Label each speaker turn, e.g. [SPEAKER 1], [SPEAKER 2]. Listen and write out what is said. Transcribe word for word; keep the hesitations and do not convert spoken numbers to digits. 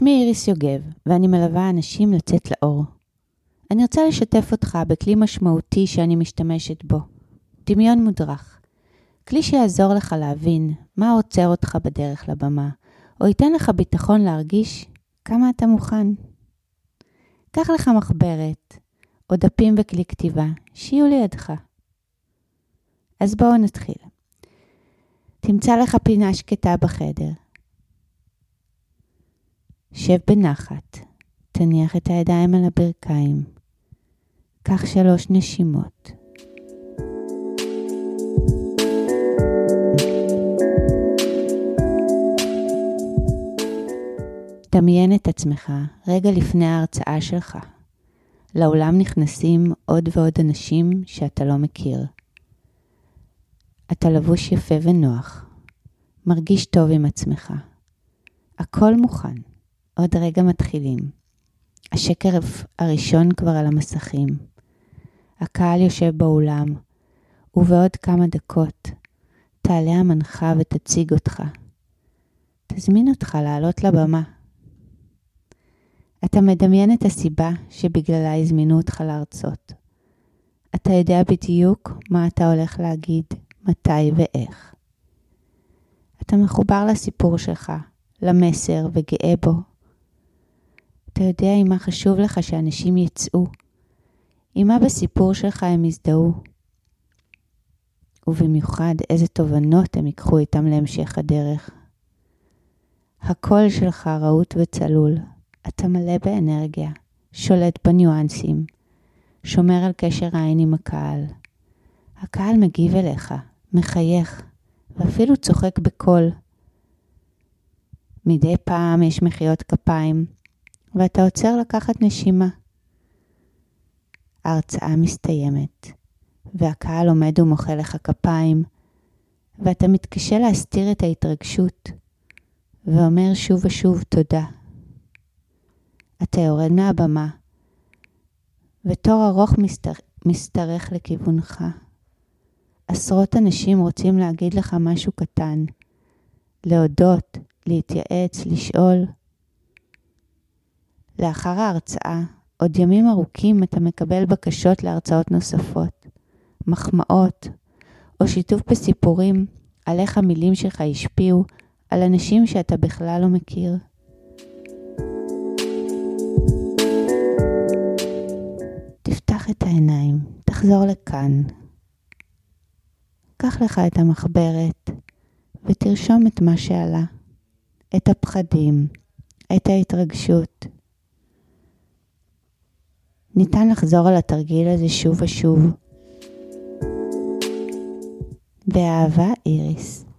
[SPEAKER 1] שמי איריס יוגב, ואני מלווה אנשים לצאת לאור. אני רוצה לשתף אותך בכלי משמעותי שאני משתמשת בו, דמיון מודרך. כלי שיעזור לך להבין מה עוצר אותך בדרך לבמה, או ייתן לך ביטחון להרגיש כמה אתה מוכן. קח לך מחברת, או דפים וכלי כתיבה, שיהיו לידך. אז בואו נתחיל. תמצא לך פינה שקטה בחדר. שב בנחת, תניח את הידיים על הברכיים. קח שלוש נשימות. דמיין את עצמך רגע לפני ההרצאה שלך. לאולם נכנסים עוד ועוד אנשים שאתה לא מכיר. אתה לבוש יפה ונוח. מרגיש טוב עם עצמך. הכל מוכן. עוד רגע מתחילים. השקר הראשון כבר על המסכים. הקהל יושב באולם, ובעוד כמה דקות תעלה המנחה ותציג אותך. תזמין אותך לעלות לבמה. אתה מדמיין את הסיבה שבגללה הזמינו אותך להרצות. אתה יודע בדיוק מה אתה הולך להגיד, מתי ואיך. אתה מחובר לסיפור שלך, למסר וגאה בו. אתה יודע עם מה חשוב לך שאנשים יצאו, עם מה בסיפור שלך הם יזדהו, ובמיוחד איזה תובנות הם ייקחו איתם להמשך הדרך. הקול שלך רהוט וצלול, אתה מלא באנרגיה, שולט בניואנסים, שומר על קשר העין עם הקהל. הקהל מגיב אליך, מחייך, ואפילו צוחק בקול. מדי פעם יש מחיאות כפיים, ואתה עוצר לקחת נשימה. ההרצאה מסתיימת, והקהל עומד ומוחא לך כפיים, ואתה מתקשה להסתיר את ההתרגשות, ואומר שוב ושוב תודה. אתה יורד מהבמה, ותור ארוך מסתר... מסתרך לכיוונך. עשרות אנשים רוצים להגיד לך משהו קטן, להודות, להתייעץ, לשאול. לאחר ההרצאה, עוד ימים ארוכים אתה מקבל בקשות להרצאות נוספות, מחמאות, או שיתוף בסיפורים על איך המילים שלך השפיעו על אנשים שאתה בכלל לא מכיר. תפתח את העיניים, תחזור לכאן. קח לך את המחברת ותרשום את מה שעלה, את הפחדים, את ההתרגשות. ניתן לחזור על התרגיל הזה שוב ושוב. באהבה, איריס.